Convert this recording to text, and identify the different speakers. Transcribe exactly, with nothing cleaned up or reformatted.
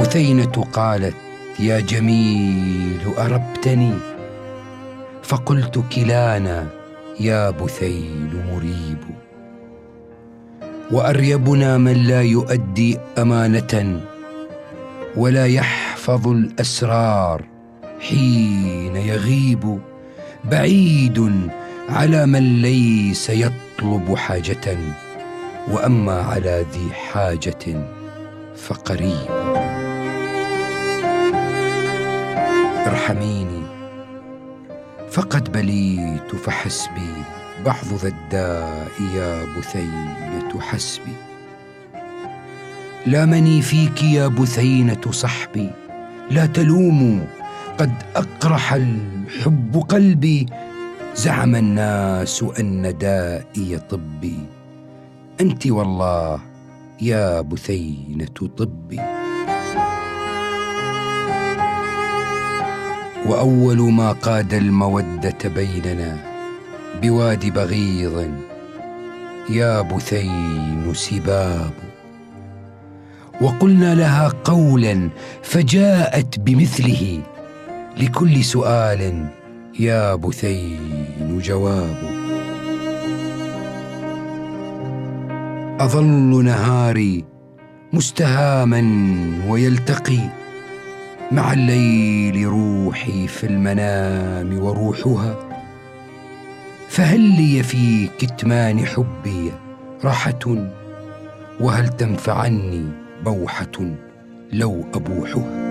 Speaker 1: بثينة قالت: يا جميل أربتني؟ فقلت: كلانا يا بثيل مريب. وأريبنا من لا يؤدي أمانة ولا يحفظ الأسرار حين يغيب، بعيد على من ليس يطلب حاجة، وأما على ذي حاجة فقريب. ارحميني فقد بليت فحسبي، بعض ذا الداء يا بثينة حسبي. لامني فيك يا بثينة صحبي، لا تلوموا قد أقرح الحب قلبي. زعم الناس أن دائي طبي، أنت والله يا بثينة طبي. وأول ما قاد المودة بيننا بوادي بغيض يا بثين سباب. وقلنا لها قولا فجاءت بمثله، لكل سؤال يا بثين جواب. أظل نهاري مستهاما ويلتقي مع الليل روحي في المنام وروحها، فهل لي في كتمان حبي راحة؟ وهل تنفعني بوحة لو أبوحها؟